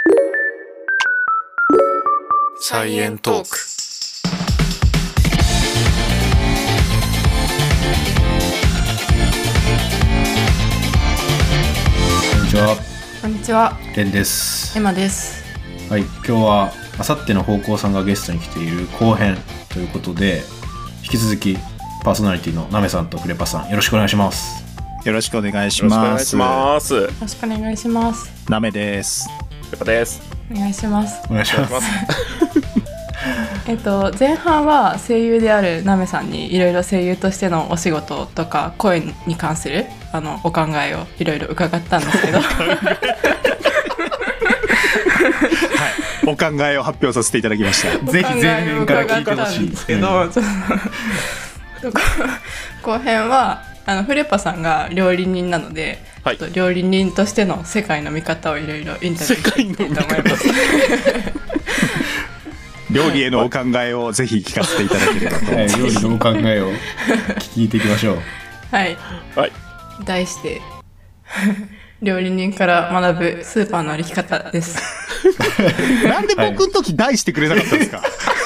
サイエントーク。 こんにちは。 こんにちは。 レンです。 エマです。 はい、今日はあさっての方向さんがゲストに来ている後編ということで、引き続きパーソナリティのナメさんとフレパさん、よろしくお願いします。 よろしくお願いします。 よろしくお願いします。 ナメです。 ペパです。 お願いします。 お願いします。 前半は声優であるナメさんにいろいろ声優としてのお仕事とか声に関するお考えをいろいろ伺ったんですけどはい、 お考えを発表させていただきました。 ぜひ前面から聞いてほしいですけど、 後編はフレパさんが料理人なので、はい、料理人としての世界の見方をいろいろインタビューしていきたいと思います料理へのお考えをぜひ聞かせていただければと、 はい、料理のお考えを聞いていきましょう。 はい、 はい、 題して料理人から学ぶスーパーの歩き方ですなんで僕の時題してくれなかったんですか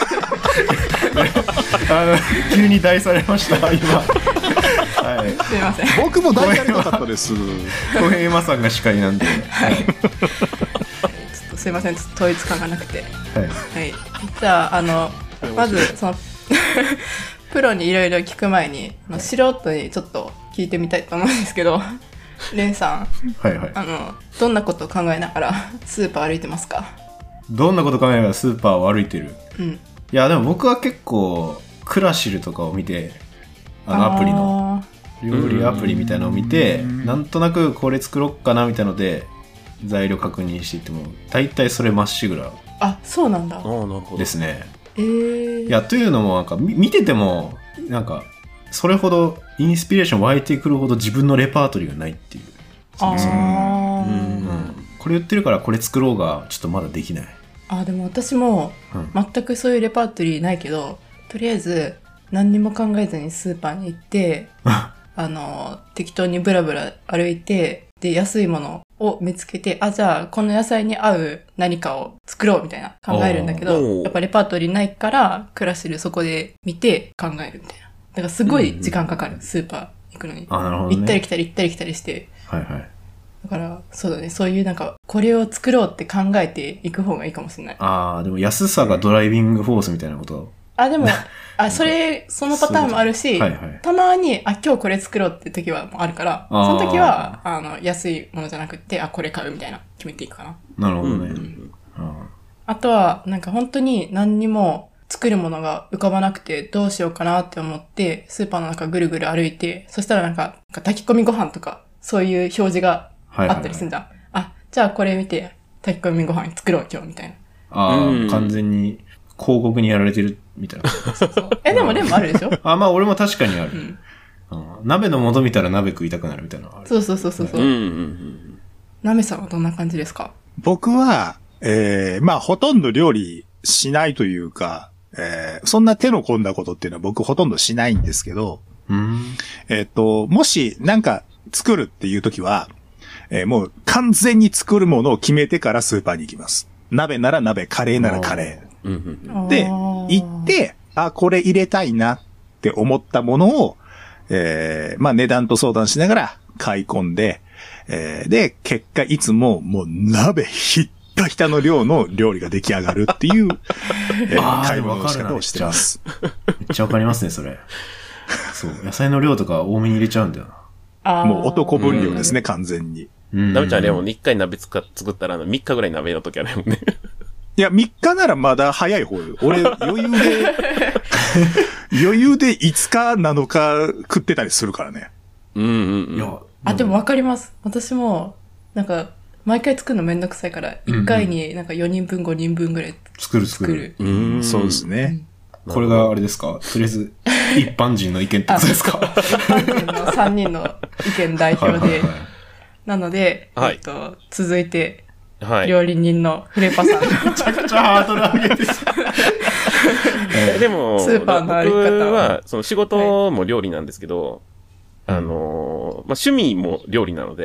急に題されました今はい、 すいません。 僕も題されなかったです後編エマさんが司会なんで、 はいちょっとすいません、ちょっと統一感がなくて、 はい、 はい、じゃあまずそのプロにいろいろ聞く前に素人にちょっと聞いてみたいと思うんですけどレンさん、 はいはい、 どんなことを考えながらスーパー歩いてますか？ どんなこと考えながらスーパーを歩いてる、うん、いやでも僕は結構クラシルとかを見てアプリの料理アプリみたいなのを見て、なんとなくこれ作ろっかなみたいなので材料確認していっても大体それまっしぐら。 あ、そうなんだ。 ですね。 いやというのもなんか見ててもなんかそれほどインスピレーション湧いてくるほど自分のレパートリーがないっていう。これ言ってるからこれ作ろうがちょっとまだできない。 でも私も全くそういうレパートリーないけど、とりあえず何にも考えずにスーパーに行って適当にブラブラ歩いて、で安いものを見つけて、じゃあこの野菜に合う何かを作ろうみたいな考えるんだけど、やっぱレパートリーないからクラシルそこで見て考えるみたいな。だからすごい時間かかる、スーパー行くのに。 なるほどね、 行ったり来たり行ったり来たりして、 はいはい、 だからそうだね、そういうなんかこれを作ろうって考えていく方がいいかもしれない。 でも安さがドライビングフォースみたいなことでもそのパターンもあるし、はいはい、たまに今日これ作ろうって時はあるから、その時は安いものじゃなくてこれ買うみたいな決めていくかな。 なるほどね、 あとはなんか本当に何にも作るものが浮かばなくてどうしようかなって思ってスーパーの中ぐるぐる歩いて、そしたらなんか炊き込みご飯とかそういう表示があったりするんじゃん、じゃあこれ見て炊き込みご飯作ろう今日みたいな。 完全に広告にやられてるみたいな。 そうでもレンもあるでしょ俺も確かにある、鍋の素見たら鍋食いたくなるみたいなのある。そう。 ナメさんはどんな感じですか？ 僕はほとんど料理しないというか、そんな手の込んだことっていうのは僕ほとんどしないんですけど、もしなんか作るっていう時は、もう完全に作るものを決めてからスーパーに行きます。鍋なら鍋、カレーならカレー。で、行って、これ入れたいなって思ったものを、値段と相談しながら買い込んで、で、結果いつももう鍋ひったひたの量の料理が出来上がるっていう、買い物の仕方をしてます。 めっちゃわかりますね、それ。そう、野菜の量とか多めに入れちゃうんだよな。もう男分量ですね、完全に。 ナメちゃんでも1回鍋作ったら3日ぐらい鍋の時あるもんね。 いや、3日ならまだ早い方よ。俺、余裕で5日7日食ってたりするからね。 でもわかります。私も、なんか、毎回作るのめんどくさいから、1回になんか4人分5人分ぐらい作る。 そうですね。 これがあれですか？とりあえず、一般人の意見ってことですか？ 一般人の3人の意見代表で。なので、続いて、料理人のフレパさん。めちゃくちゃハードル上げてでも、 スーパーの歩き方僕は、その仕事も料理なんですけど、趣味も料理なので、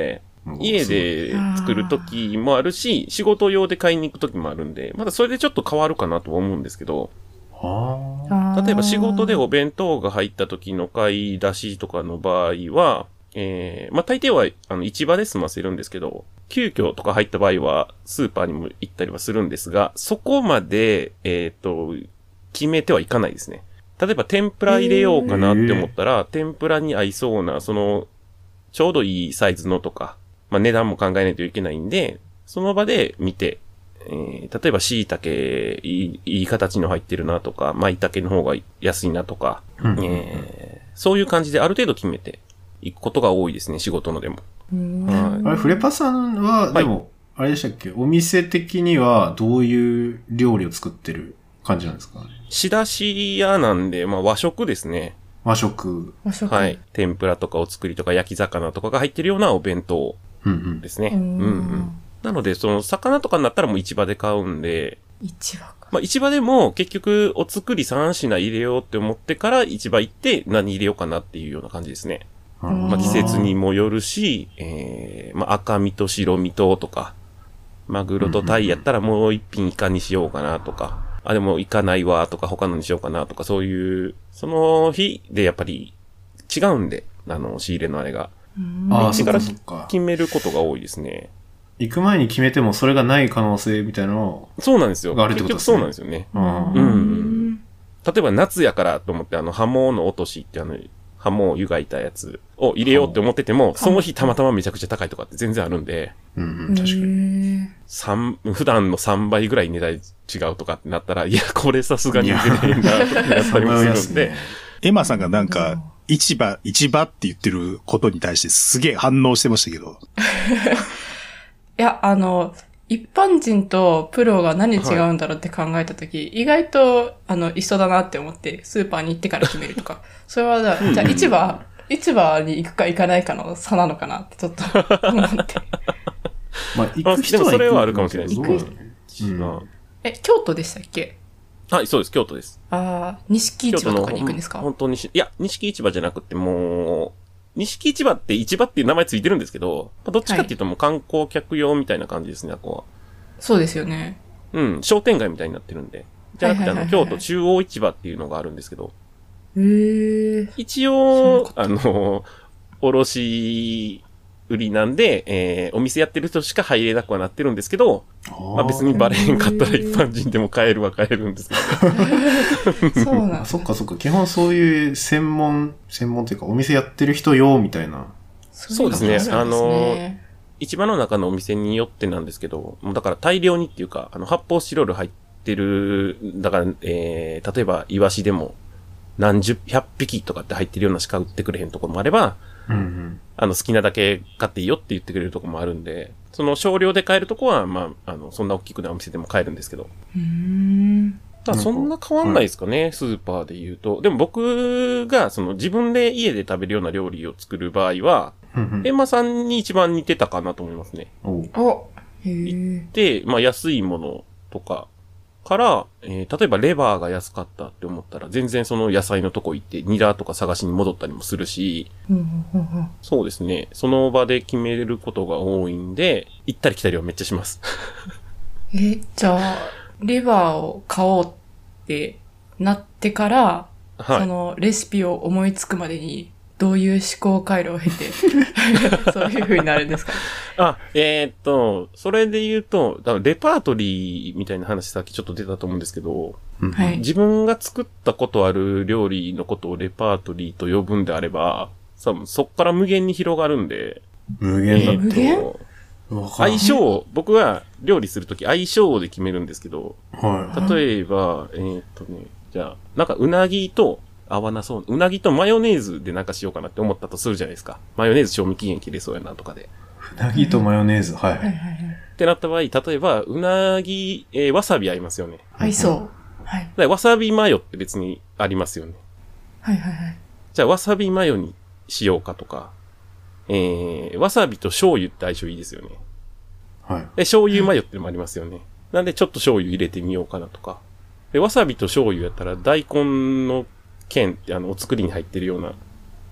家で作る時もあるし、仕事用で買いに行く時もあるんで、まだそれでちょっと変わるかなとは思うんですけど、例えば仕事でお弁当が入った時の買い出しとかの場合は、まあ、大抵は、市場で済ませるんですけど、急遽とか入った場合は、スーパーにも行ったりはするんですが、そこまで、決めてはいかないですね。例えば、天ぷら入れようかなって思ったら、天ぷらに合いそうな、ちょうどいいサイズのとか、まあ、値段も考えないといけないんで、その場で見て、例えば椎茸いい形の入ってるなとか、舞茸の方が安いなとか、そういう感じである程度決めていくことが多いですね、仕事のでも。 あれ、フレパさんは、でも、あれでしたっけ、お店的にはどういう料理を作ってる感じなんですか？ 仕出し屋なんで、まあ和食ですね。 和食。 はい。天ぷらとかお作りとか焼き魚とかが入ってるようなお弁当ですね。なので、魚とかになったらもう市場で買うんで。 市場か。 まあ市場でも結局お作り3品入れようって思ってから市場行って何入れようかなっていうような感じですね。まあ季節にもよるし、まあ赤身と白身ととか、マグロとタイやったらもう一品イカにしようかなとか、でもイカないわとか他のにしようかなとか、そういう、その日でやっぱり違うんで、仕入れのあれが。一から決めることが多いですね。 行く前に決めてもそれがない可能性みたいなのそうなんですよ。 があるってことですね。 結局そうなんですよね。例えば夏やからと思ってハモの落としってハモを湯がいたやつを入れようって思ってても、その日たまたまめちゃくちゃ高いとかって全然あるんで。 確かに。 普段の3倍ぐらい値段違うとかってなったら、いや、これさすがに出ねえな、とかやったりもするんで。 エマさんがなんか、市場って言ってることに対してすげえ反応してましたけど。 いや、一般人とプロが何違うんだろうって考えたとき、意外と、一緒だなって思って、スーパーに行ってから決めるとか。それはじゃあ市場に行くか行かないかの差なのかなってちょっと思って。 まあ、行く人はでもそれはあるかもしれないです。 京都でしたっけ？ はい、そうです、京都です。 錦市場とかに行くんですか？ 本当にいや、錦市場じゃなくてもう、錦市場って市場っていう名前ついてるんですけど、どっちかっていうともう観光客用みたいな感じですね、ここは。 そうですよね。 商店街みたいになってるんで。じゃなくて京都中央市場っていうのがあるんですけど。一応、卸売りなんで、お店やってる人しか入れなくはなってるんですけど、まあ別にバレへんかったら一般人でも買えるは買えるんですけど。そうなんそっかそっか。基本そういう専門というかお店やってる人用みたいな。 そうですね。市場の中のお店によってなんですけど、もうだから大量にっていうか、発泡スチロール入ってる、だから、例えばイワシでも100匹とかって入ってるようなしか売ってくれへんところもあれば、好きなだけ買っていいよって言ってくれるとこもあるんで、その少量で買えるとこは、まあ、そんな大きくないお店でも買えるんですけど。ただそんな変わんないですかね、スーパーで言うと。でも僕が、自分で家で食べるような料理を作る場合は、エンマさんに一番似てたかなと思いますね。で、まあ安いものとかから、例えばレバーが安かったって思ったら、全然その野菜のとこ行ってニラとか探しに戻ったりもするし、そうですね。その場で決めることが多いんで、行ったり来たりはめっちゃします。 じゃあ、レバーを買おうってなってから、そのレシピを思いつくまでに、どういう思考回路を経て、そういう風になるんですか？ それで言うと、レパートリーみたいな話さっきちょっと出たと思うんですけど、自分が作ったことある料理のことをレパートリーと呼ぶんであれば、そっから無限に広がるんで、 無限だ無限？ 僕は料理するとき相性で決めるんですけど、例えば、じゃあ、なんかうなぎと合わなそう。うなぎとマヨネーズでなんかしようかなって思ったとするじゃないですか。マヨネーズ賞味期限切れそうやなとかで。 うなぎとマヨネーズ、はい。 ってなった場合、例えば、うなぎ、わさび合いますよね。 合いそう。 わさびマヨって別にありますよね。じゃあ、わさびマヨにしようかとか、わさびと醤油って相性いいですよね。で、醤油マヨってのもありますよね。なんでちょっと醤油入れてみようかなとか。で、わさびと醤油やったら大根の剣ってお作りに入ってるような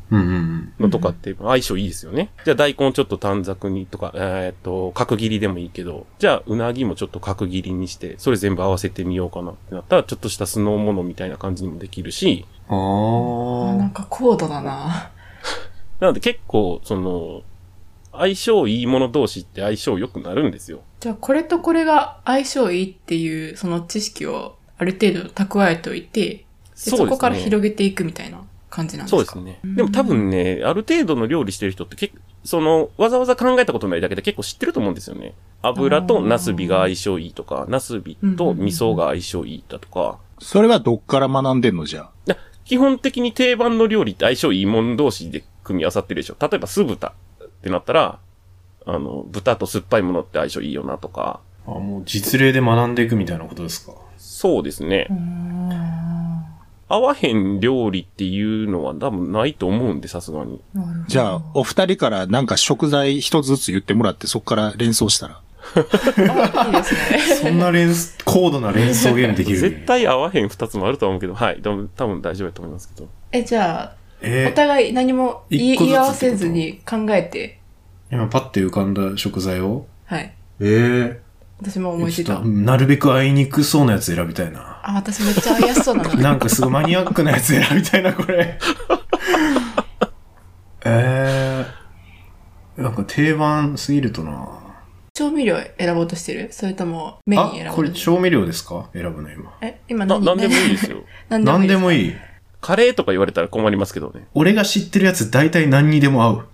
のとかって相性いいですよね。じゃあ大根ちょっと短冊にとか、角切りでもいいけど、じゃあうなぎもちょっと角切りにして、それ全部合わせてみようかなってなったら、ちょっとした酢の物みたいな感じにもできるし。 なんか高度だな。 なので結構、相性いいもの同士って相性良くなるんですよ。 じゃあこれとこれが相性いいっていう、その知識をある程度蓄えておいて、そこから広げていくみたいな感じなんですか？ そうですね。でも多分ね、ある程度の料理してる人ってわざわざ考えたことないだけで結構知ってると思うんですよね。油とナスビが相性いいとか、ナスビと味噌が相性いいだとか。 それはどっから学んでんのじゃあ？ 基本的に定番の料理って相性いいもん同士で組み合わさってるでしょ。例えば酢豚ってなったら、豚と酸っぱいものって相性いいよなとか。 もう実例で学んでいくみたいなことですか？ そうですね。合わへん料理っていうのは多分ないと思うんで、さすがに。 じゃあ、お二人からなんか食材一つずつ言ってもらって、そこから連想したら。 いいですね。 そんな高度な連想ゲームできる。 絶対合わへん二つもあると思うけど、はい。多分大丈夫だと思いますけど。 じゃあ、お互い何も言い合わせずに考えて。 今パッて浮かんだ食材を？ はい。 私も思いついた。 なるべく会いにくそうなやつ選びたいな。 私めっちゃ会いやすそうなの。 なんかすごいマニアックなやつ選びたいな、これ。なんか定番すぎるとな。 調味料選ぼうとしてる？それともメイン選ぼうとしてる？ これ調味料ですか？選ぶの今。 今何でもいいですよ。 何でもいい。 カレーとか言われたら困りますけどね。 俺が知ってるやつ大体何にでも合う。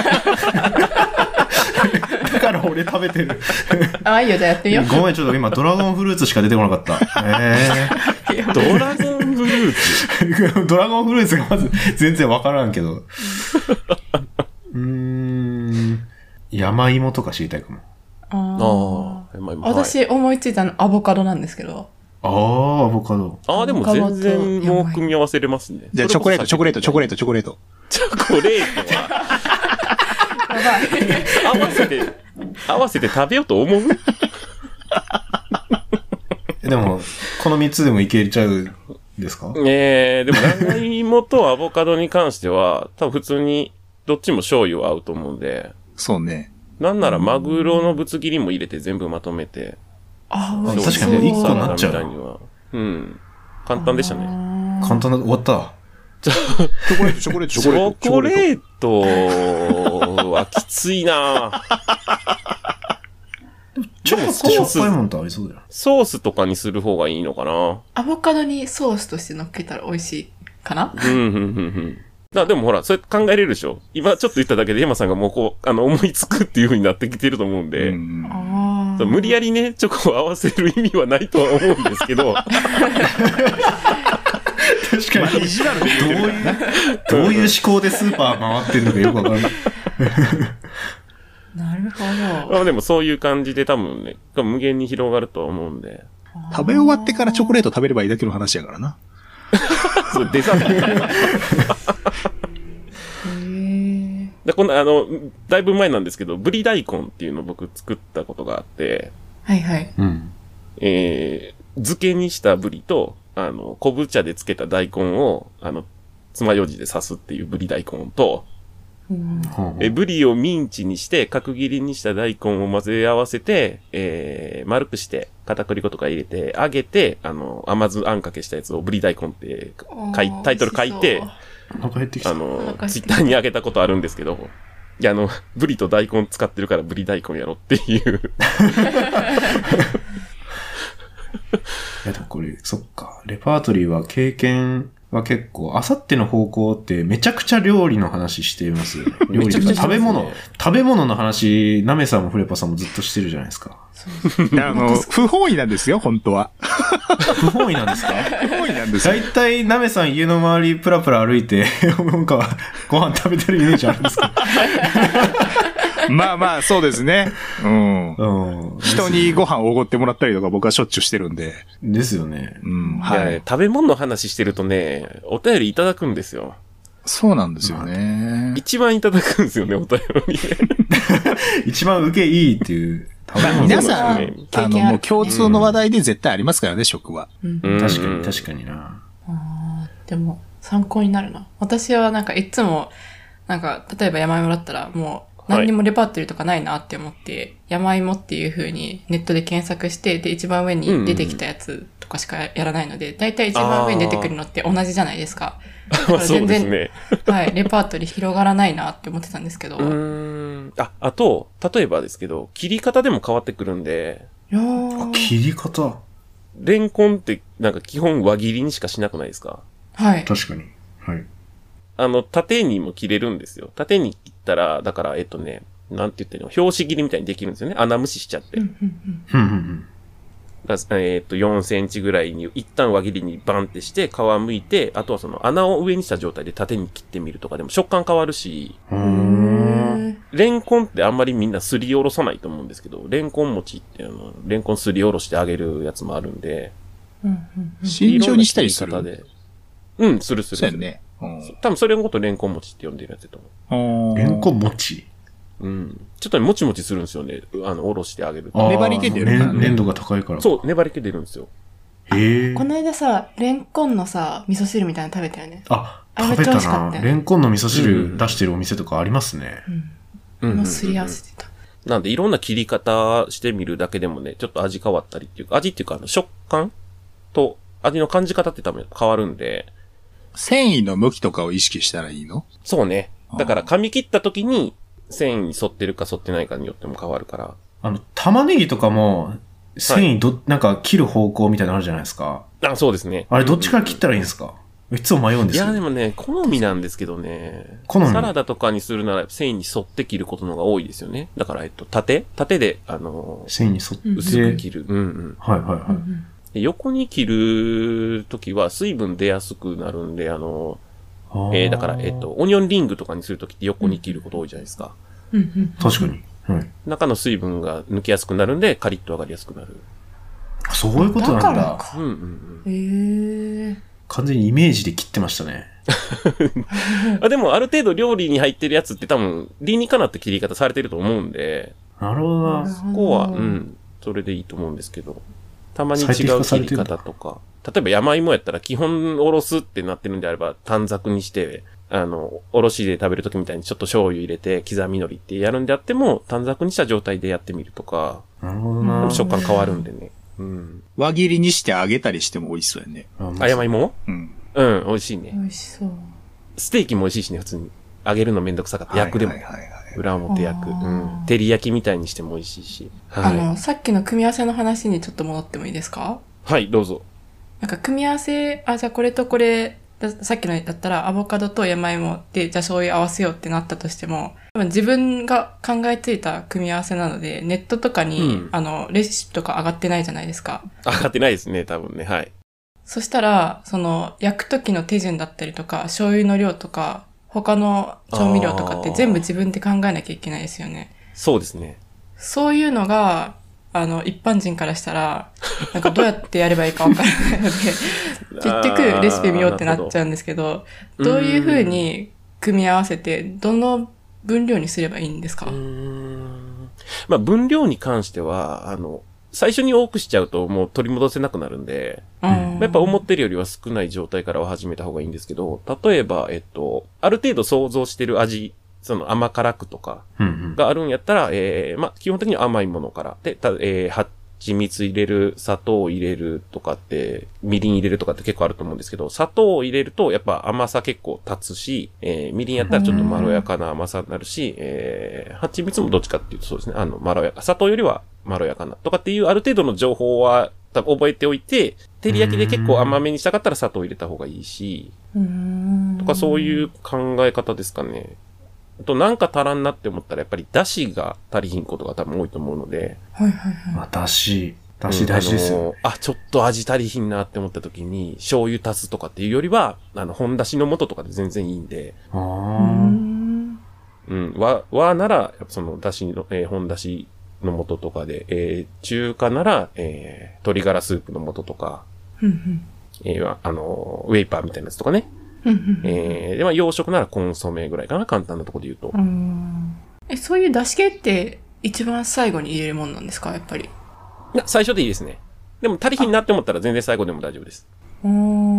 だから俺食べてる。 いいよ、じゃあやってみよう。 ごめん、ちょっと今ドラゴンフルーツしか出てこなかった。 ドラゴンフルーツドラゴンフルーツがまず全然わからんけど。山芋とか知りたいかも。 私思いついたのアボカドなんですけど。 アボカド。 でも全然もう組み合わせれますね。 じゃあチョコレートは。 チョコレートは。合わせて食べようと思う？ でも、この3つでもいけちゃうんですか？ でも長芋とアボカドに関しては、多分普通にどっちも醤油は合うと思うんで。 そうね。 なんならマグロのぶつ切りも入れて全部まとめて。 確かに1個になっちゃう。 簡単でしたね。 簡単だ、終わった。 チョコレートはきついなちょっとしょっぱいもんとありそうだよ。 ソースとかにする方がいいのかな。 アボカドにソースとして乗っけたら美味しいかな？ でもほら、それ考えれるでしょ。今ちょっと言っただけで山さんがもう思いつくっていう風になってきてると思うんで。無理やりね、チョコを合わせる意味はないとは思うんですけど。 確かに。意地悪でどういう思考でスーパー回ってるのかよくわからない。 なるほど。 でもそういう感じで多分ね、無限に広がるとは思うんで。 食べ終わってからチョコレート食べればいいだけの話やからな。 そう、デザート。このだいぶ前なんですけど、ブリ大根っていうのを僕作ったことがあって。 はいはい。 漬けにしたブリと、昆布茶で漬けた大根を、爪楊枝で刺すっていうブリ大根と、ブリをミンチにして、角切りにした大根を混ぜ合わせて、丸くして、片栗粉とか入れて、揚げて、甘酢あんかけしたやつをブリ大根ってタイトル書いて、ツイッターに上げたことあるんですけど、いや、ブリと大根使ってるからブリ大根やろっていう。 いや、でもこれ、そっか。レパートリーは経験は結構、あさっての方向ってめちゃくちゃ料理の話していますよね。料理とか食べ物の話、ナメさんもフレパさんもずっとしてるじゃないですか。 不本意なんですよ、本当は。 不本意なんですか？ 不本意なんですよ。 だいたいナメさん家の周りプラプラ歩いて、なんかご飯食べてるイメージあるんですか？ まあまあ、そうですね。人にご飯をおごってもらったりとか僕はしょっちゅうしてるんで。 ですよね。 はい。食べ物の話してるとね、お便りいただくんですよ。 そうなんですよね。 一番いただくんですよね、お便り。 一番受けいいっていう。 皆さん、もう共通の話題で絶対ありますからね、食は。 確かにな。 でも、 参考になるな。私はなんかいつも、なんか、例えば山芋だったらもう何にもレパートリーとかないなって思って、はい、山芋っていう風にネットで検索して、で、一番上に出てきたやつとかしかやらないので、だいたい一番上に出てくるのって同じじゃないですか。だから全然、ね、はい、レパートリー広がらないなって思ってたんですけど。 あと、例えばですけど、切り方でも変わってくるんで。 切り方？ レンコンってなんか基本輪切りにしかしなくないですか？ はい。 確かに。はい。 縦にも切れるんですよ。縦に切ったら、だから、なんて言ってるの、拍子切りみたいにできるんですよね。穴蒸ししちゃって。4センチぐらいに、一旦輪切りにバンってして、皮むいて、あとはその穴を上にした状態で縦に切ってみるとかでも食感変わるし、レンコンってあんまりみんなすりおろさないと思うんですけど、レンコン餅ってレンコンすりおろしてあげるやつもあるんで、 慎重にしたりする。 する。 そうやね。 多分それのことレンコン餅って呼んでるやつだと思う。レンコン餅？ ちょっとね、もちもちするんですよね。おろしてあげると。粘り気出るからね。 粘度が高いから。 そう、粘り気出るんですよ。 この間さ、レンコンのさ、味噌汁みたいなの食べたよね。 食べたな。レンコンの味噌汁出してるお店とかありますね。 もうすり合わせてた。 なんで、いろんな切り方してみるだけでもね、ちょっと味変わったりっていうか、味っていうか、食感と味の感じ方って多分変わるんで。 繊維の向きとかを意識したらいいの？ そうね。だから噛み切った時に繊維に沿ってるか沿ってないかによっても変わるから。 玉ねぎとかも繊維なんか切る方向みたいなのあるじゃないですか。 そうですね。 あれどっちから切ったらいいんですか？いつも迷うんですよ。 いやでもね、好みなんですけどね。サラダとかにするなら繊維に沿って切ることの方が多いですよね。だから縦で繊維に沿って薄く切る。 はいはいはい。 横に切るときは水分出やすくなるんで、だから、オニオンリングとかにするときって横に切ること多いじゃないですか。 確かに。はい。 中の水分が抜きやすくなるんで、カリッと上がりやすくなる。 そういうことなんだ。完全にイメージで切ってましたね。 でも、ある程度料理に入ってるやつって多分、理にかなった切り方されてると思うんで。 なるほどな。 そこは、それでいいと思うんですけど。たまに違う切り方とか。例えば山芋やったら基本おろすってなってるんであれば短冊にして、おろしで食べるときみたいにちょっと醤油入れて刻み海苔ってやるんであっても短冊にした状態でやってみるとか。 なるほどな。 食感変わるんでね。 輪切りにして揚げたりしても美味しそうやね。 山芋？美味しいね。 美味しそう。 ステーキも美味しいしね、普通に。揚げるのめんどくさかった。焼くでも。裏表焼く。照り焼きみたいにしても美味しいし。 さっきの組み合わせの話にちょっと戻ってもいいですか？ はい、どうぞ。 なんか組み合わせ、じゃあこれとこれ、さっきのだったらアボカドと山芋で、じゃあ醤油合わせようってなったとしても、多分自分が考えついた組み合わせなので、ネットとかに、レシピとか上がってないじゃないですか。 上がってないですね、多分ね、はい。 そしたら、焼く時の手順だったりとか、醤油の量とか、他の調味料とかって全部自分で考えなきゃいけないですよね。 そうですね。 そういうのが、一般人からしたら、なんかどうやってやればいいかわからないので、結局レシピ見ようってなっちゃうんですけど、どういう風に組み合わせて、どの分量にすればいいんですか？ 分量に関しては、最初に多くしちゃうともう取り戻せなくなるんで、やっぱ思ってるよりは少ない状態からは始めた方がいいんですけど、例えば、ある程度想像してる味、甘辛くとかがあるんやったら、基本的に甘いものから。で、蜂蜜入れる、砂糖を入れるとかって、みりん入れるとかって結構あると思うんですけど、砂糖を入れるとやっぱ甘さ結構立つし、みりんやったらちょっとまろやかな甘さになるし、蜂蜜もどっちかっていうとそうですね、まろやか、砂糖よりはまろやかなとかっていうある程度の情報は覚えておいて、照り焼きで結構甘めにしたかったら砂糖を入れた方がいいし、とかそういう考え方ですかね。あとなんか足らんなって思ったらやっぱり出汁が足りひんことが多分多いと思うので。 出汁大事ですよ。 ちょっと味足りひんなって思った時に醤油足すとかっていうよりは、本出汁の素とかで全然いいんで。和なら、出汁の、本出汁の素とかで、中華なら、鶏ガラスープの素とか、ウェイパーみたいなやつとかね。で、洋食ならコンソメぐらいかな、簡単なところで言うと。そういう出汁系って一番最後に入れるもんなんですか、やっぱり。 いや、最初でいいですね。でも足りひんなって思ったら全然最後でも大丈夫です。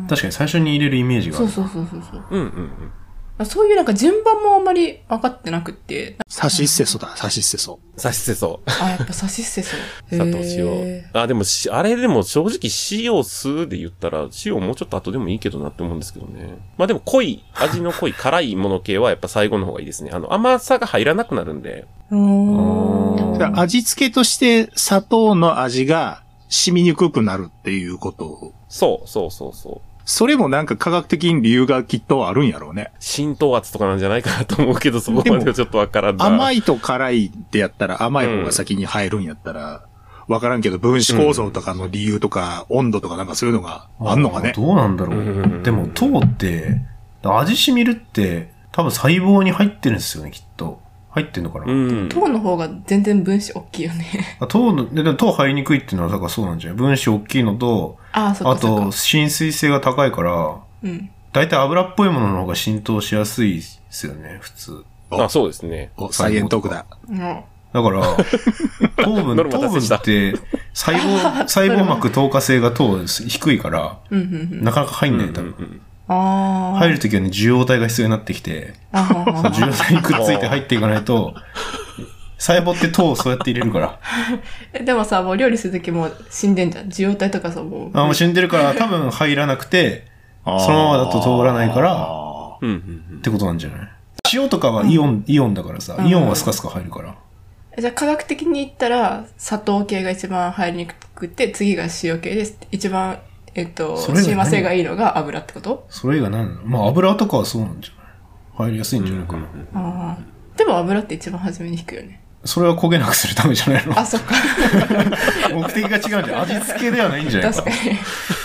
確かに最初に入れるイメージがある。 そう。 うん。 そういうなんか順番もあんまり分かってなくって。 サシッセソだ、サシッセソ。 サシッセソ。 やっぱサシッセソ。 砂糖塩。でもあれでも正直塩酢で言ったら、塩もうちょっと後でもいいけどなって思うんですけどね。まあでも味の濃い辛いもの系はやっぱ最後の方がいいですね。甘さが入らなくなるんで。 味付けとして砂糖の味が染みにくくなるっていうことを。 そう。 それもなんか科学的に理由がきっとあるんやろうね。 浸透圧とかなんじゃないかなと思うけど、そこまではちょっとわからんな。 甘いと辛いってやったら甘い方が先に入るんやったら、わからんけど分子構造とかの理由とか、温度とかなんかそういうのがあんのかね。 どうなんだろう。でも糖って味しみるって多分細胞に入ってるんですよね、きっと。入ってんのかな。 糖の方が全然分子大きいよね。 糖入りにくいっていうのはだからそうなんじゃない。分子大きいのと、あと浸水性が高いから、だいたい油っぽいものの方が浸透しやすいですよね、普通。 そうですね。 サイエントークだ。 だから、糖分って細胞膜透過性が低いから、なかなか入んない、多分。入るときはね、受容体が必要になってきて、受容体にくっついて入っていかないと、細胞って糖をそうやって入れるから。 でもさ、もう料理するときも死んでんじゃん。受容体とかさ、もう。 もう死んでるから多分入らなくて、そのままだと通らないから、ってことなんじゃない？塩とかはイオンだからさ、イオンはスカスカ入るから。 じゃあ科学的に言ったら、砂糖系が一番入りにくくて、次が塩系です。一番、親和性がいいのが油ってこと？ それが何なの？まあ油とかはそうなんじゃない？入りやすいんじゃないかな。 でも油って一番初めに引くよね。 それは焦げなくするためじゃないの？ そっか。 目的が違うんじゃない？味付けではないんじゃないか。 確かに。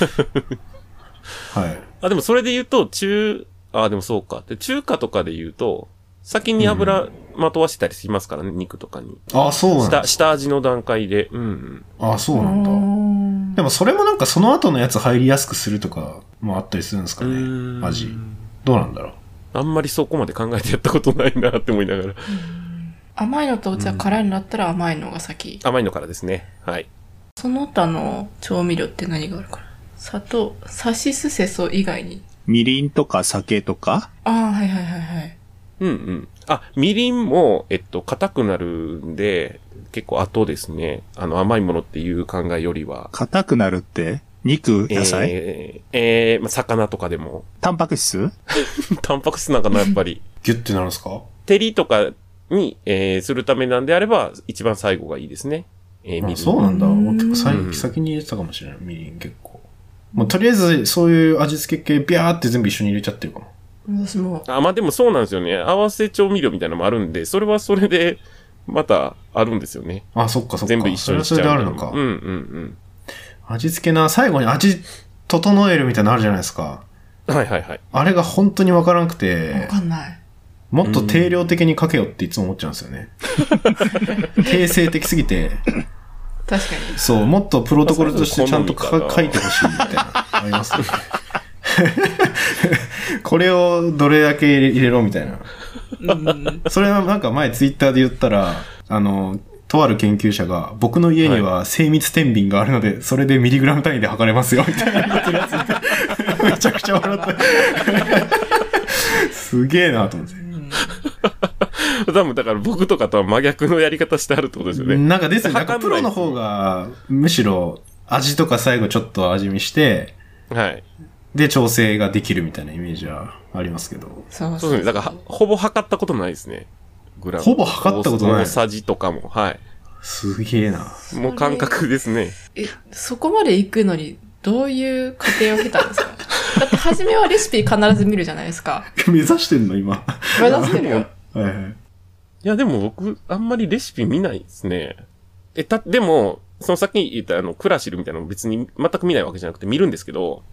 はい。 でもそれで言うと、でもそうか。で、中華とかで言うと、先に油まとわしたりしますからね、肉とかに。 そうなんだ。 下味の段階で。 そうなんだ。でもそれもなんかその後のやつ入りやすくするとかもあったりするんですかね、味。どうなんだろう。 あんまりそこまで考えてやったことないなって思いながら。 甘いのとじゃあ辛いのだったら甘いのが先。 甘いのからですね。はい。 その他の調味料って何があるかな？砂糖、サシスセソ以外に。 みりんとか酒とか？ はい。 みりんも、硬くなるんで、結構後ですね。甘いものっていう考えよりは。 硬くなるって肉、野菜？ 魚とかでも。 タンパク質？ タンパク質なんかな、やっぱり。 ギュッてなるんですか？ 照りとかに、するためなんであれば、一番最後がいいですね。みりん。 そうなんだ。結構先に入れてたかもしれない、みりん結構。もうとりあえず、そういう味付け系、ビャーって全部一緒に入れちゃってるかも。 私も。 でもそうなんですよね。合わせ調味料みたいなのもあるんで、それはそれで、また、あるんですよね。 そっか。 全部一緒にしちゃう。 それであるのか。味付けな、最後に味整えるみたいなのあるじゃないですか。 はい。 あれが本当にわからなくて。 わかんない。 もっと定量的にかけよっていつも思っちゃうんですよね。定性的すぎて。 確かに。 そう、もっとプロトコルとしてちゃんと書いてほしいみたいな、ありますね。これをどれだけ入れろみたいな。それはなんか前ツイッターで言ったら、とある研究者が、僕の家には精密天秤があるので、それでミリグラム単位で測れますよ、みたいな言ってるやついて、めちゃくちゃ笑った。すげえなと思って。 多分だから僕とかとは真逆のやり方してあるってことですよね。 なんかですね、なんかプロの方が、むしろ味とか最後ちょっと味見して、 はい。 で、調整ができるみたいなイメージはありますけど。 そうですね。だから、ほぼ測ったことないですね。グラム。 ほぼ測ったことない。 大さじとかも。はい。 すげえな。 もう感覚ですね。 そこまで行くのに、どういう過程を経たんですか？だって初めはレシピ必ず見るじゃないですか。 目指してんの今。 目指してるよ。 はい。 いや、でも僕、あんまりレシピ見ないですね。でも、そのさっき言ったクラシルみたいなの別に全く見ないわけじゃなくて見るんですけど。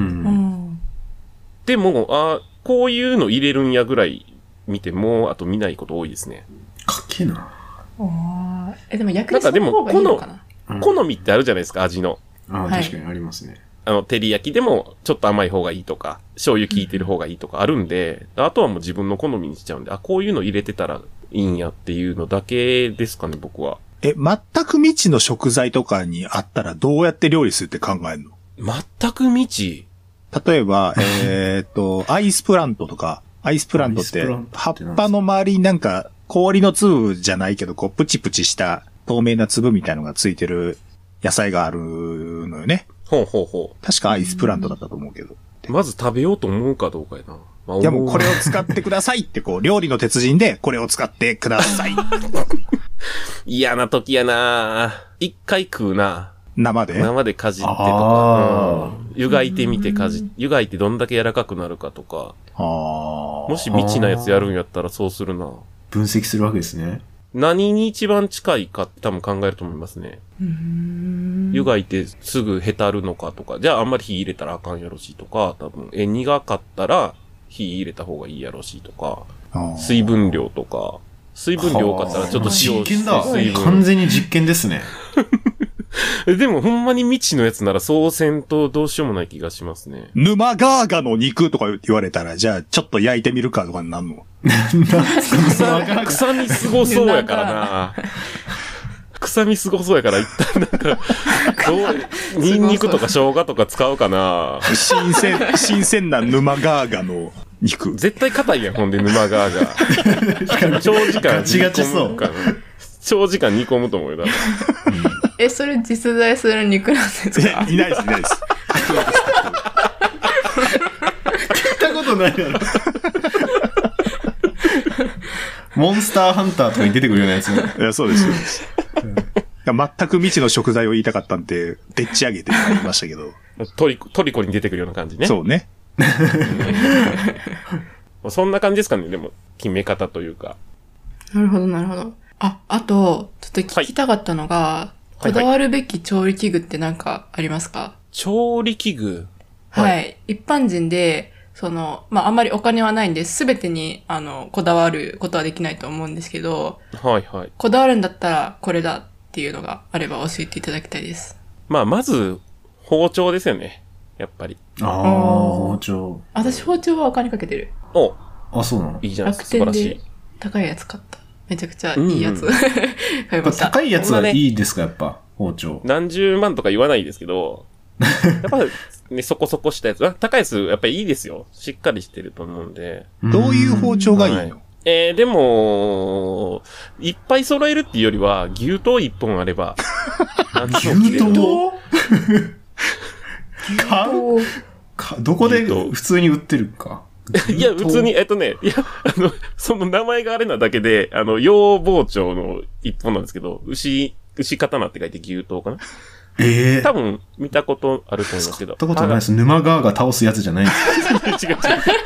でも、こういうの入れるんやぐらい見ても、あと見ないこと多いですね。 かっけえな。 でも逆にその方がいいのかな。 好みってあるじゃないですか、味の。 確かにありますね。 照り焼きでもちょっと甘い方がいいとか、醤油効いてる方がいいとかあるんで、あとはもう自分の好みにしちゃうんで、こういうの入れてたらいいんやっていうのだけですかね、僕は。 全く未知の食材とかにあったらどうやって料理するって考えるの？ 全く未知？ 例えば、アイスプラントとか、アイスプラントって、葉っぱの周りになんか、氷の粒じゃないけど、こう、プチプチした透明な粒みたいのがついてる野菜があるのよね。 ほうほうほう。 確かアイスプラントだったと思うけど。 まず食べようと思うかどうかやな。 まあ、いやもうこれを使ってくださいってこう、料理の鉄人でこれを使ってください。 嫌な時やな。一回食うな。 生でかじってとか、湯がいてみて湯がいてどんだけ柔らかくなるかとか。もし未知なやつやるんやったらそうするな。 分析するわけですね。 何に一番近いかって多分考えると思いますね。湯がいてすぐへたるのかとか、じゃああんまり火入れたらあかんやろしとか、多分苦かったら火入れた方がいいやろしとか、水分量とか、水分量多かったらちょっと塩実験だ。完全に実験ですね。 でもほんまに未知のやつならそうせんとどうしようもない気がしますね。 沼ガーガの肉とか言われたら、じゃあちょっと焼いてみるかとかになんの臭みすごそうやからな。臭みすごそうやから一旦なんか、ニンニクとか生姜とか使うかな。 新鮮な沼ガーガの肉。 絶対硬いやん、ほんで沼ガーガ。長時間煮込むかな。長時間煮込むと思うよ、だから。 それ実在する肉なんですか？ いないです、いないです。 聞いたことないやろ。モンスターハンターとかに出てくるようなやつも。 いや、そうです、そうです。全く未知の食材を言いたかったんで、でっち上げて言いましたけど。 トリコに出てくるような感じね。 そうね。 そんな感じですかね、でも、決め方というか。 なるほど、なるほど。あと、ちょっと聞きたかったのが、こだわるべき調理器具って何かありますか？ 調理器具？ はい。一般人で、あんまりお金はないんで、すべてに、こだわることはできないと思うんですけど、 はいはい。 こだわるんだったら、これだっていうのがあれば教えていただきたいです。 まず、包丁ですよね。やっぱり。 包丁。 私、包丁はお金かけてる。 そうなの？ いいじゃないですか。素晴らしい。 高いやつ買った。めちゃくちゃいいやつ、買いました。 高いやつはいいですか、やっぱ、包丁。 何十万とか言わないですけど、やっぱね、そこそこしたやつ。高いやつ、やっぱりいいですよ。しっかりしてると思うんで。 どういう包丁がいいの？ でも、いっぱい揃えるっていうよりは、牛刀一本あれば。 牛刀どこで普通に売ってるか。 いや、普通に、その名前があれなだけで、洋包丁の一本なんですけど、牛刀って書いて牛刀かな。多分、見たことあると思いますけど。 見たことないです。沼川が倒すやつじゃないです。 違う。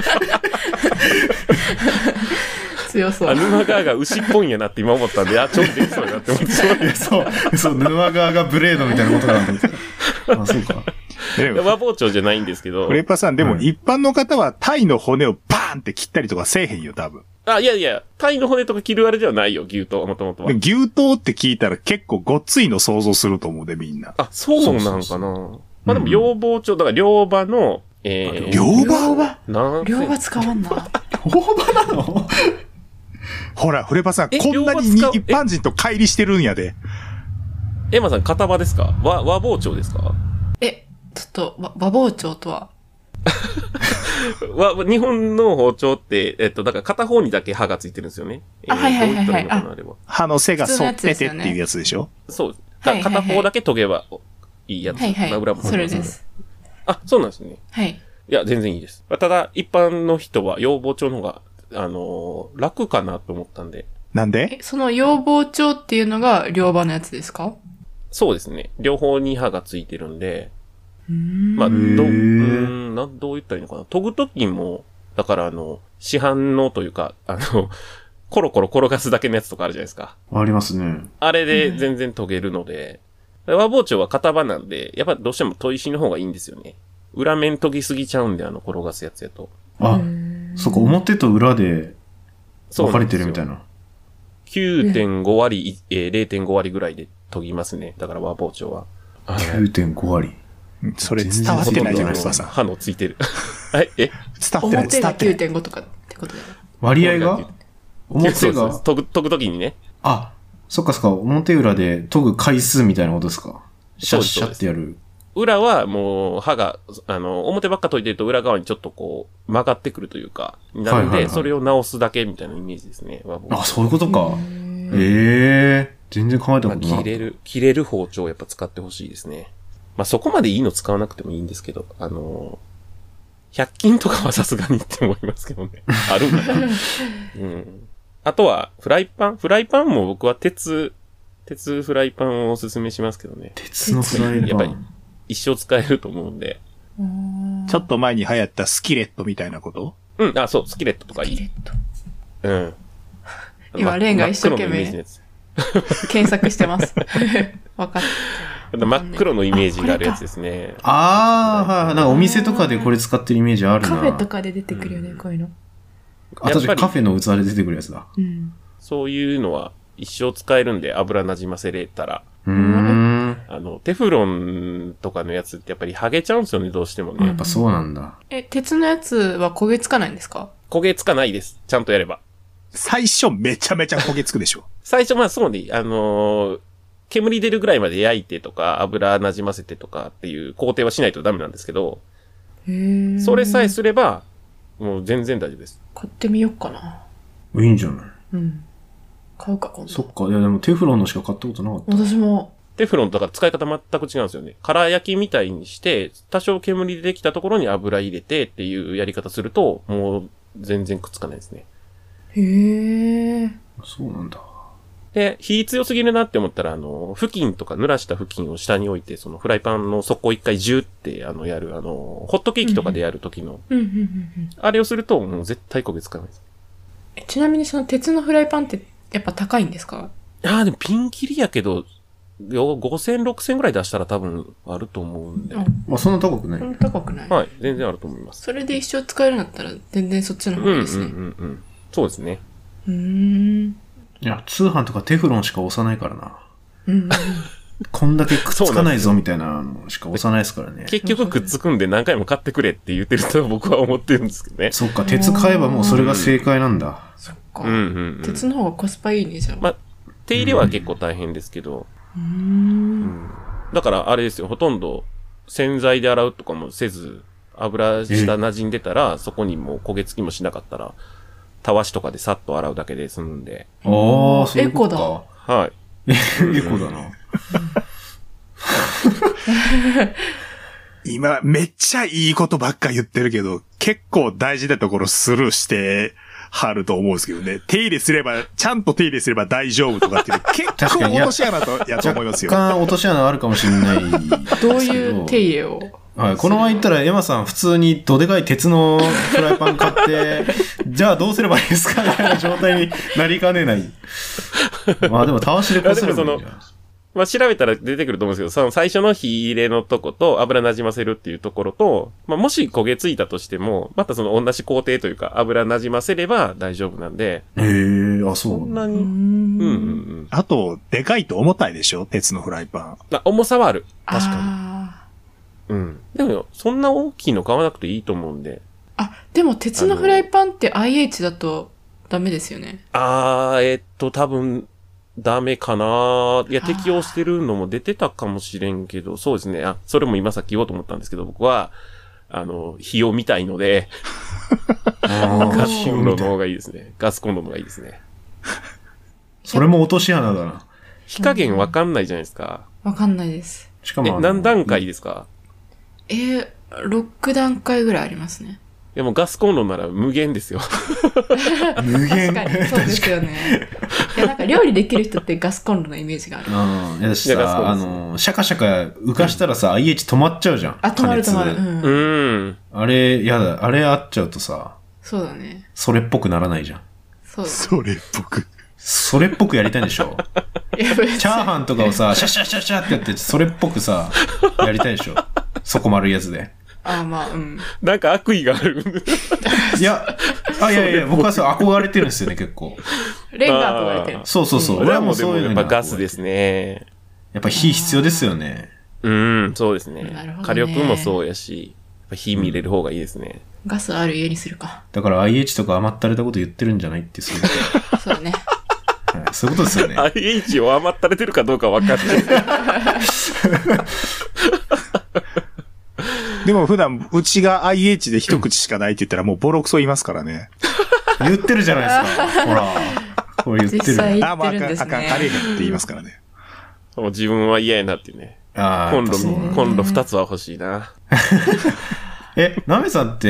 強そう。 沼川が牛っぽいんやなって今思ったんで、ちょっとできそうやなって思って。 そう、沼川がブレードみたいなことなんだと思って。そうか。 和包丁じゃないんですけど。 フレパさん、でも一般の方はタイの骨をバーンって切ったりとかせえへんよ、多分。 いや、タイの骨とか切るあれではないよ、牛刀、もともとは。 牛刀って聞いたら結構ごっついの想像すると思うで、みんな。 そうなんかな。でも、両包丁、だから両刃の、 両刃両刃使わんな。 両刃なの？ ほら、フレパさん、こんなに一般人と乖離してるんやで。 エマさん、片刃ですか？和包丁ですか？ ちょっと、和包丁とは日本の包丁って、だから片方にだけ刃がついてるんですよね。 はいはいはいはい。 刃の背が反っててっていうやつでしょ？ そうです。片方だけ研げばいいやつ。 はいはい。それです。 そうなんですね。 はい。 いや、全然いいです。ただ、一般の人は洋包丁の方が、楽かなと思ったんで。 なんで？ その洋包丁っていうのが両刃のやつですか？ そうですね。両方に刃がついてるんで、どう言ったらいいのかな。研ぐときも、だから市販のというか、コロコロ転がすだけのやつとかあるじゃないですか。 ありますね。 あれで全然研げるので、和包丁は片刃なんで、やっぱどうしても砥石の方がいいんですよね。裏面研ぎすぎちゃうんで、転がすやつやと。 そっか、表と裏で分かれてるみたいな。 9.5 割、0.5 割ぐらいで研ぎますね。だから和包丁は。 9.5 割。 それ伝わってないじゃないですか、さ。 刃のついてる。 伝わってない。 表が 9.5 とかってことだよ。 割合が表が研ぐときにね。 そっかそっか、表裏で研ぐ回数みたいなことですか？シャッシャってやる。 裏はもう刃が、表ばっか研いでると裏側にちょっとこう曲がってくるというか、なので、それを直すだけみたいなイメージですね。 あ、そういうことか。全然考えたことない。 切れる包丁をやっぱ使ってほしいですね。まあ、そこまでいいの使わなくてもいいんですけど、100均とかはさすがにって思いますけどね。あるんかな。うん。あとは、フライパンも僕は鉄フライパンをおすすめしますけどね。 鉄のフライパン。 やっぱり、一生使えると思うんで。 ちょっと前に流行ったスキレットみたいなこと？ うん、そう、スキレットとかいい。スキレット。うん。 今、レンが一生懸命検索してます。わかった。 真っ黒のイメージがあるやつですね。 はい。なんかお店とかでこれ使ってるイメージあるな。 カフェとかで出てくるよね、こういうの。 確かにカフェの器で出てくるやつだ。 そういうのは一生使えるんで、油なじませれたら。テフロンとかのやつってやっぱり剥げちゃうんですよね、どうしてもね。 やっぱそうなんだ。 鉄のやつは焦げつかないんですか？ 焦げつかないです。ちゃんとやれば。 最初めちゃめちゃ焦げつくでしょ。 最初そうね、煙出るぐらいまで焼いてとか、油なじませてとかっていう工程はしないとダメなんですけど、それさえすれば、もう全然大丈夫です。 買ってみようかな。 いいんじゃない？ うん。買うか、今度。 そっか。いや、でもテフロンのしか買ったことなかった。 私も。 テフロンとか使い方全く違うんですよね。空焼きみたいにして、多少煙でできたところに油入れてっていうやり方すると、もう全然くっつかないですね。 へー。 そうなんだ。 で、火強すぎるなって思ったら、布巾とか濡らした布巾を下に置いて、そのフライパンの底を一回ジューってやる、ホットケーキとかでやる時の、あれをするともう絶対焦げつかないです。 ちなみにその鉄のフライパンってやっぱ高いんですか？ でもピンキリやけど、5000、6000ぐらい出したら多分あると思うんで。 そんな高くない？ そんな高くない？ はい、全然あると思います。 それで一生使えるんだったら全然そっちの方がいいですね。 そうですね。 いや、通販とかテフロンしか押さないからな。こんだけくっつかないぞみたいなのしか押さないですからね。 結局くっつくんで何回も買ってくれって言ってると僕は思ってるんですけどね。 そっか、鉄買えばもうそれが正解なんだ。 そっか。鉄の方がコスパいいね、じゃあ。 手入れは結構大変ですけど。だからあれですよ、ほとんど洗剤で洗うとかもせず、油下馴染んでたら、そこにもう焦げつきもしなかったら、たわしとかでさっと洗うだけで済むんで。 そういうことか。 エコだ。 はい。 エコだな。 今、めっちゃいいことばっか言ってるけど、結構大事なところスルーしてはると思うんですけどね。ちゃんと手入れすれば大丈夫とかっていう結構落とし穴やと思いますよ。 若干落とし穴あるかもしれない。 どういう手入れを？ はい、このまま言ったら、エマさん普通にどでかい鉄のフライパン買って、じゃあどうすればいいですかみたいな状態になりかねない。でもたわしでこすればいいんじゃん。 調べたら出てくると思うんですけど、その最初の火入れのとこと油なじませるっていうところと、もし焦げついたとしても、またその同じ工程というか油なじませれば大丈夫なんで。 そう。 そんなに。 あと、でかいと重たいでしょ？鉄のフライパン。 重さはある。確かに。でも、そんな大きいの買わなくていいと思うんで。 でも鉄のフライパンって IH だとダメですよね。 多分、ダメかな。いや、適用してるのも出てたかもしれんけど、そうですね。それも今さっき言おうと思ったんですけど、僕は、火を見たいので、ガスコンロの方がいいですね。ガスコンロの方がいいですね。 それも落とし穴だな。 火加減わかんないじゃないですか。 わかんないです。 しかも何段階ですか ？6段階ぐらいありますね。 いやもうガスコンロなら無限ですよ。 無限。 確かに、そうですよね。いやなんか料理できる人ってガスコンロのイメージがある。 いやしさ、シャカシャカ浮かしたらさ、IH 止まっちゃうじゃん。 止まる。 あれ、やだ。あれあっちゃうとさ。 そうだね。 それっぽくならないじゃん。 そうだね。 それっぽく。 それっぽくやりたいんでしょ？チャーハンとかをさ、シャシャシャシャってやって、それっぽくさ、やりたいでしょ？そこ丸いやつで。 なんか悪意がある。 いや、僕はそう憧れてるんですよね、結構。 レンガ憧れてる。 そう。 俺はもうそういうのやっぱガスですね。 やっぱ火必要ですよね。 そうですね。火力もそうやし、火見れる方がいいですね。 ガスある家にするか。 だから IH とか甘ったれたこと言ってるんじゃないってそういうこと。 そうだね。 そういうことですよね。 IH を甘ったれてるかどうか分かんない。 でも普段、うちが IH で一口しかないって言ったらもうボロクソ言いますからね。 言ってるじゃないですか。ほら。こう言ってる。 実際言あ、まあ、 ってるんですね。 あれへんって言いますからね。 自分は嫌やなっていうね。コンロ2つは欲しいな。 ナメさんって、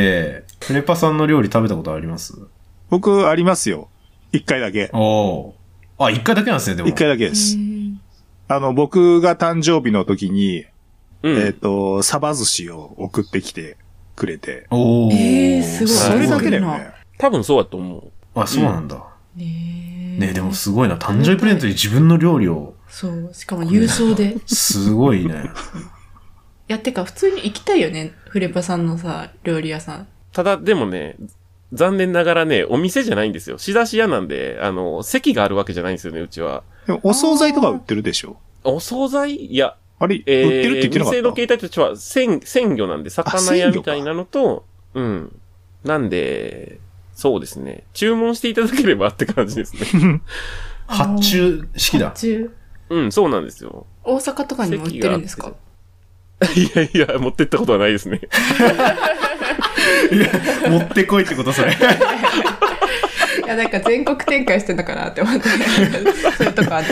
フレパさんの料理食べたことあります？ 僕、ありますよ。一回だけ。 おー。一回だけなんですね、でも。 一回だけです。僕が誕生日の時に、サバ寿司を送ってきてくれて。 おー。 すごい。 それだけだよね。 多分そうだと思う。 そうなんだ。ねでもすごいな。誕生日プレゼントに自分の料理を。 そう。しかも郵送で。 すごいね。 いや、てか普通に行きたいよね。フレパさんのさ、料理屋さん。 ただ、でもね、残念ながらね、お店じゃないんですよ。仕出し屋なんで、席があるわけじゃないんですよね、うちは。 でもお惣菜とか売ってるでしょ？ お惣菜？いや。 あれ、売ってるって言ってなかった？ 店の形態としては、鮮魚なんで、魚屋みたいなのと、なんで、そうですね。注文していただければって感じですね。 発注式だ。 発注。 そうなんですよ。 大阪とかにも売ってるんですか？ いや、持ってったことはないですね。 いや、持ってこいってことそれ。いや、なんか全国展開してんのかなって思って。そういうとこあった。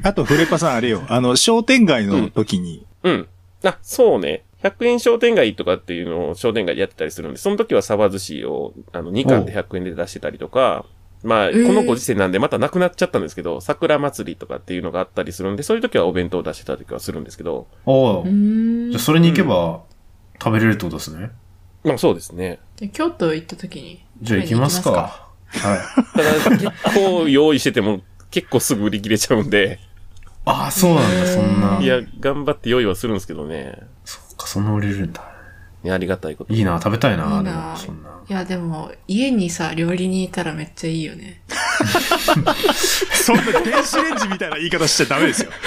あと、フレパさんあれよ。商店街の時に。 そうね。100円商店街とかっていうのを商店街でやってたりするんで、その時はサバ寿司を、2貫で100円で出してたりとか、まあ、このご時世なんでまたなくなっちゃったんですけど、桜祭りとかっていうのがあったりするんで、そういう時はお弁当を出してた時はするんですけど。 じゃあそれに行けば食べれるってことですね。 まあそうですね。 京都行った時に。 じゃあ行きますか。はい。 ただ結構用意してても結構すぐ売り切れちゃうんで。 そうなんだ、そんな。 いや、頑張って用意はするんですけどね。 そっか、そんな売れるんだ。 いや、ありがたいこと。 いいな、食べたいな、 でもそんな。いや、でも、家にさ、料理人いたらめっちゃいいよね。 そんな電子レンジみたいな言い方しちゃダメですよ。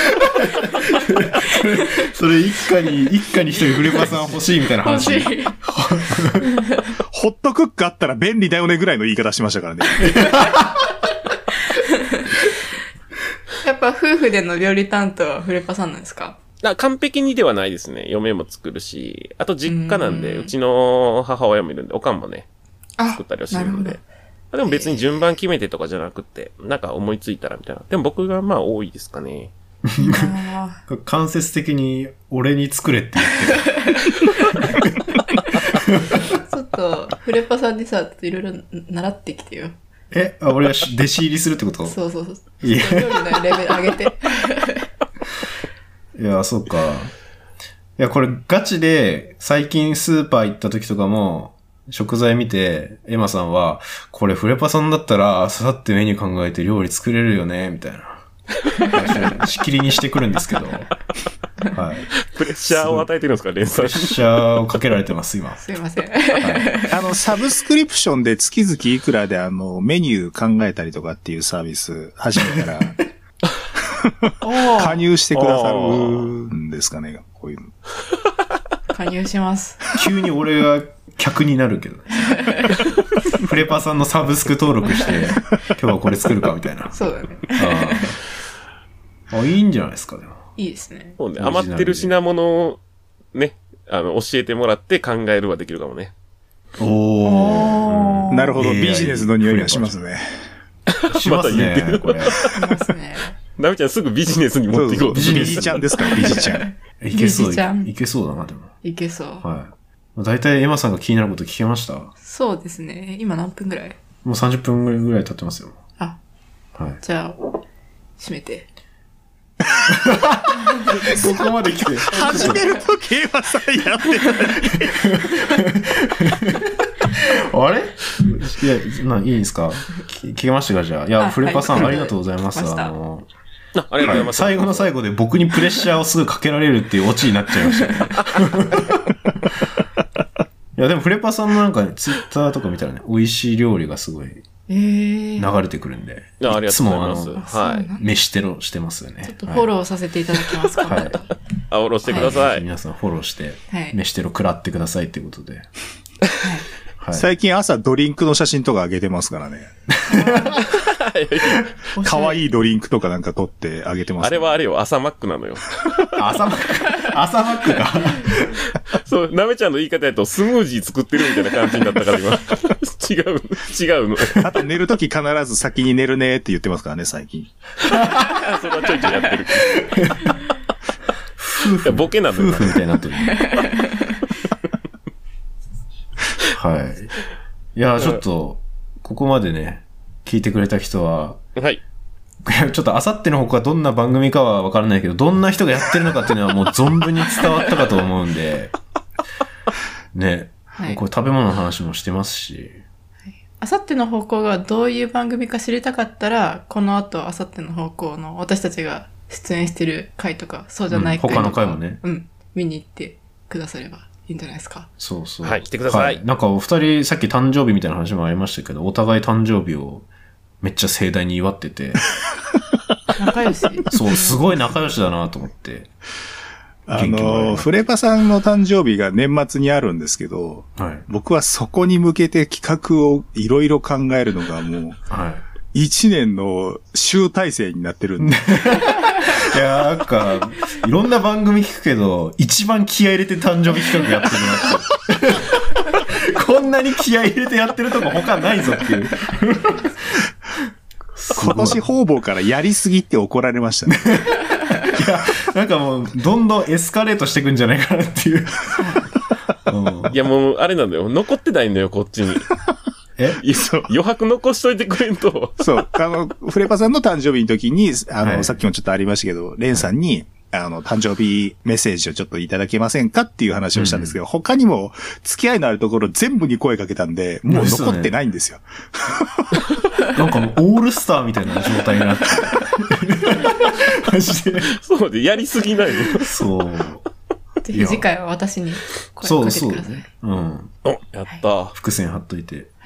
それ一家に一人フレパさん欲しいみたいな話。 欲しい。 ホットクックあったら便利だよねぐらいの言い方しましたからね。 やっぱ夫婦での料理担当はフレパさんなんですか？ 完璧にではないですね。嫁も作るし、あと実家なんで、うちの母親もいるんで、おかんもね、作ったりはしてるんで。でも別に順番決めてとかじゃなくて、なんか思いついたらみたいな。でも僕がまあ多いですかね。 間接的に俺に作れって言ってる。 ちょっと、フレパさんにさ、いろいろ習ってきてよ。 俺は弟子入りするってこと？ そう。料理のレベル上げて。 いや、そっか。いや、これガチで最近スーパー行った時とかも食材見て、エマさんは、これフレパさんだったらさってメニュー考えて料理作れるよね、みたいな。しきりにしてくるんですけど。はい。 プレッシャーを与えてるんですか、連載。 プレッシャーをかけられてます、今。 すいません。 はい、 サブスクリプションで月々いくらでメニュー考えたりとかっていうサービス始めたら、加入してくださるんですかね、こういうの。 加入します。 急に俺が客になるけど。フレパさんのサブスク登録して、今日はこれ作るかみたいな。 そうだね。 いいんじゃないですか、でも。 いいですね。 そうね。余ってる品物をね、教えてもらって考えるはできるかもね。 なるほど。ビジネスの匂いがしますね。 しますね、これ。 しますね。 ナミちゃんすぐビジネスに持っていこう。 ビジちゃんですから、ビジちゃん。 いけそうだな、でも。 いけそう。 はい。だいたいエマさんが気になること聞けました？ そうですね。今何分ぐらい？ もう30分ぐらい経ってますよ。 はい。じゃあ、閉めて。 ここまで来て。 始めるときエマさんやってあれ？いや、いいですか？聞けましたか、じゃあ。いや、フレパさん、ありがとうございます。 ありがとうございます。 最後の最後で僕にプレッシャーをすぐかけられるっていうオチになっちゃいましたね。いや、でもフレパさんのなんかね、ツイッターとか見たらね、美味しい料理がすごい流れてくるんで。 ありがとうございます。 はい。飯テロしてますよね。 ちょっとフォローさせていただきますか。はい。 フォローしてください。 皆さんフォローして、飯テロ食らってくださいっていうことで。 最近朝ドリンクの写真とか上げてますからね。 可愛いドリンクとかなんか取ってあげてます、ね。 あれはあれよ、朝マックなのよ。 朝マックか。 そう、なめちゃんの言い方やとスムージー作ってるみたいな感じになったから今。違うの。 あと寝るとき必ず先に寝るねって言ってますからね、最近。 それはちょいちょいやってる。いやボケなんだよ。 夫婦みたいになってる。はい。いや、ちょっと、ここまでね、聞いてくれた人は、 はい。 ちょっとあさっての方がどんな番組かはわからないけど、どんな人がやってるのかっていうのはもう存分に伝わったかと思うんで、ね、はい、これ食べ物の話もしてますし。 あさっての方向がどういう番組か知りたかったら、この後あさっての方向の私たちが出演してる回とか、そうじゃない回とか、 他の回もね。 見に行ってくださればいいんじゃないですか。 そうそう。 はい、来てください。はい、 なんかお二人、さっき誕生日みたいな話もありましたけど、お互い誕生日をめっちゃ盛大に祝ってて。 仲良しそう、すごい仲良しだなと思って。 フレパさんの誕生日が年末にあるんですけど、はい、僕はそこに向けて企画をいろいろ考えるのがもう、はい、1年の集大成になってるんで。 いや、なんか、いろんな番組聞くけど、一番気合い入れて誕生日企画やってるなって。こんなに気合い入れてやってるとこ他ないぞっていう。 今年方々からやりすぎって怒られましたね。 いや、なんかもう、どんどんエスカレートしていくんじゃないかなっていう。 いや、もう、あれなんだよ。残ってないんだよ、こっちに。余白残しといてくれんと。 そう。フレパさんの誕生日の時に、はい、さっきもちょっとありましたけど、レンさんに、誕生日メッセージをちょっといただけませんかっていう話をしたんですけど、他にも付き合いのあるところ全部に声かけたんで、もう残ってないんですよ。 なんかもうオールスターみたいな状態になって。 マジで。そうで、やりすぎないよ。 そう。 ぜひ次回は私に声をかけてください。 そうね。うん。 お、やった。はい、 伏線貼っといて。はい。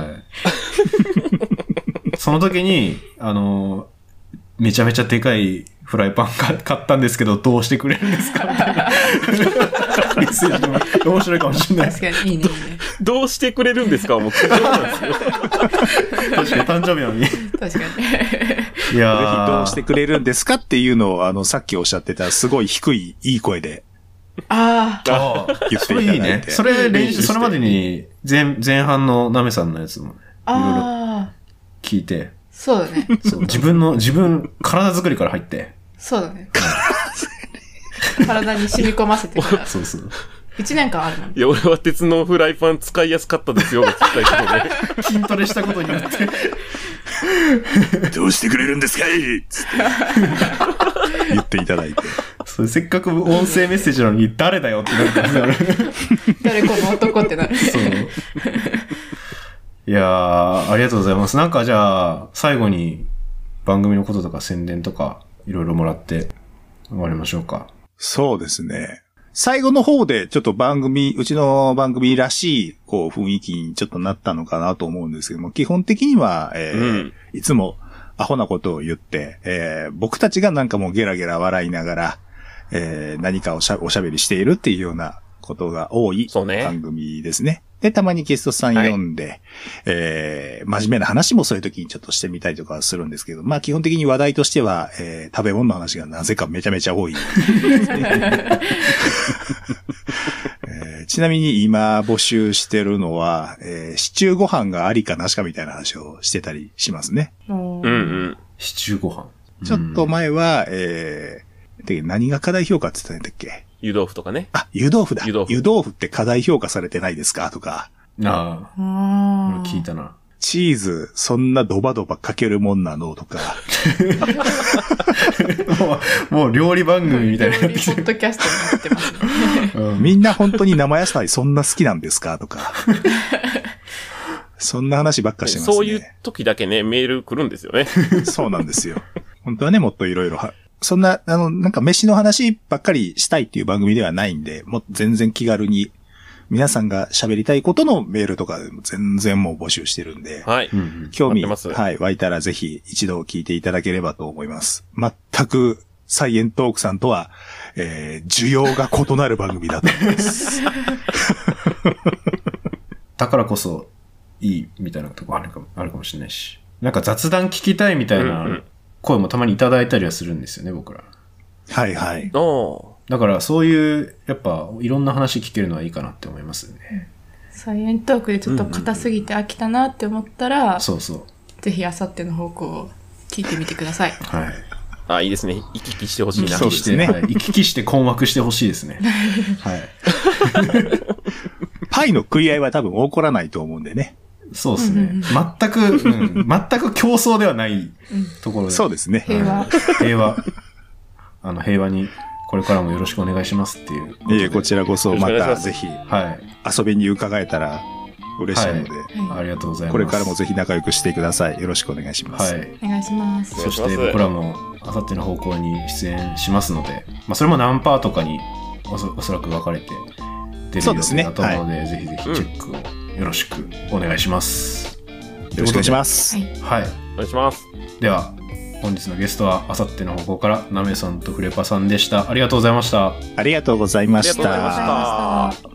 その時に、めちゃめちゃでかいフライパン買ったんですけど、どうしてくれるんですかみたいな。メッセージも面白いかもしれない。 確かにいいね。 どうしてくれるんですかもう苦情なんですよ。 確かに誕生日なのに。 確かに。 いやぜひどうしてくれるんですかっていうのを、さっきおっしゃってたすごい低い、いい声で。 ああ。言っていただいて。 いいね。それ練習、それまでに前半のナメさんのやつもね、いろいろ聞いて。 そうだね。 そう、体作りから入って。 そうだね。体に染み込ませてから。 そうそう。 1年間あるの。 いや、俺は鉄のフライパン使いやすかったですよ、聞きたいけどね。 筋トレしたことによって。 どうしてくれるんですかいつって言っていただいて。 それせっかく音声メッセージなのに誰だよってなるからね。 誰この男ってなる。そう。 いやー、ありがとうございます。なんかじゃあ、最後に番組のこととか宣伝とかいろいろもらって終わりましょうか。 そうですね。最後の方でちょっとうちの番組らしい、雰囲気にちょっとなったのかなと思うんですけども、基本的には、いつもアホなことを言って、僕たちがなんかもうゲラゲラ笑いながら、何かおしゃべりしているっていうようなことが多い番組ですね。で、たまにゲストさん読んで、はい、真面目な話もそういう時にちょっとしてみたりとかするんですけど、まあ基本的に話題としては、食べ物の話がなぜかめちゃめちゃ多い。ちなみに今募集してるのは、シチューご飯がありかなしかみたいな話をしてたりしますね。 うんうん。 シチューご飯。 ちょっと前は、何が過大評価って言ったんだっけ？ 湯豆腐とかね。 あ、湯豆腐だ。湯豆腐って過大評価されてないですかとか。 ああ。聞いたな。 チーズ、そんなドバドバかけるもんなのとか。 もう料理番組みたいな。 料理ポッドキャストになってますね。 みんな本当に生野菜そんな好きなんですかとか。そんな話ばっかしてますね。 そういう時だけね、メール来るんですよね。 そうなんですよ。本当はね、もっといろいろそんな、なんか飯の話ばっかりしたいっていう番組ではないんで、もう全然気軽に、皆さんが喋りたいことのメールとかでも全然もう募集してるんで、 はい。 興味、はい、湧いたらぜひ一度聞いていただければと思います。全く、サイエントークさんとは、需要が異なる番組だと思います。 だからこそ、いいみたいなとこあるかもしれないし。 なんか雑談聞きたいみたいな声もたまにいただいたりはするんですよね、僕ら。 はいはい。 だからそういう、やっぱいろんな話聞けるのはいいかなって思いますね。 サイエントークでちょっと硬すぎて飽きたなって思ったら、 そうそう。 ぜひあさっての方向を聞いてみてください。 はい。 あ、いいですね。行き来してほしいな。 そうですね。はい、行き来して困惑してほしいですね。はい。 パイの食い合いは多分起こらないと思うんでね。 そうですね。全く競争ではないところで。 そうですね。 平和。 平和。平和に、これからもよろしくお願いしますっていう。 こちらこそまたぜひ、 はい。 遊びに伺えたら嬉しいので、 ありがとうございます。 これからもぜひ仲良くしてください。よろしくお願いします。 はい。 お願いします。 そして僕らも、あさっての方向に出演しますので、まあそれも何パーとかにおそらく分かれて出るようだと思うので、ぜひぜひチェックをよろしくお願いします。 よろしくお願いします。 はい。 お願いします。 では、本日のゲストはあさっての方向からなめさんとフレパさんでした。ありがとうございました。 ありがとうございました。 ありがとうございました。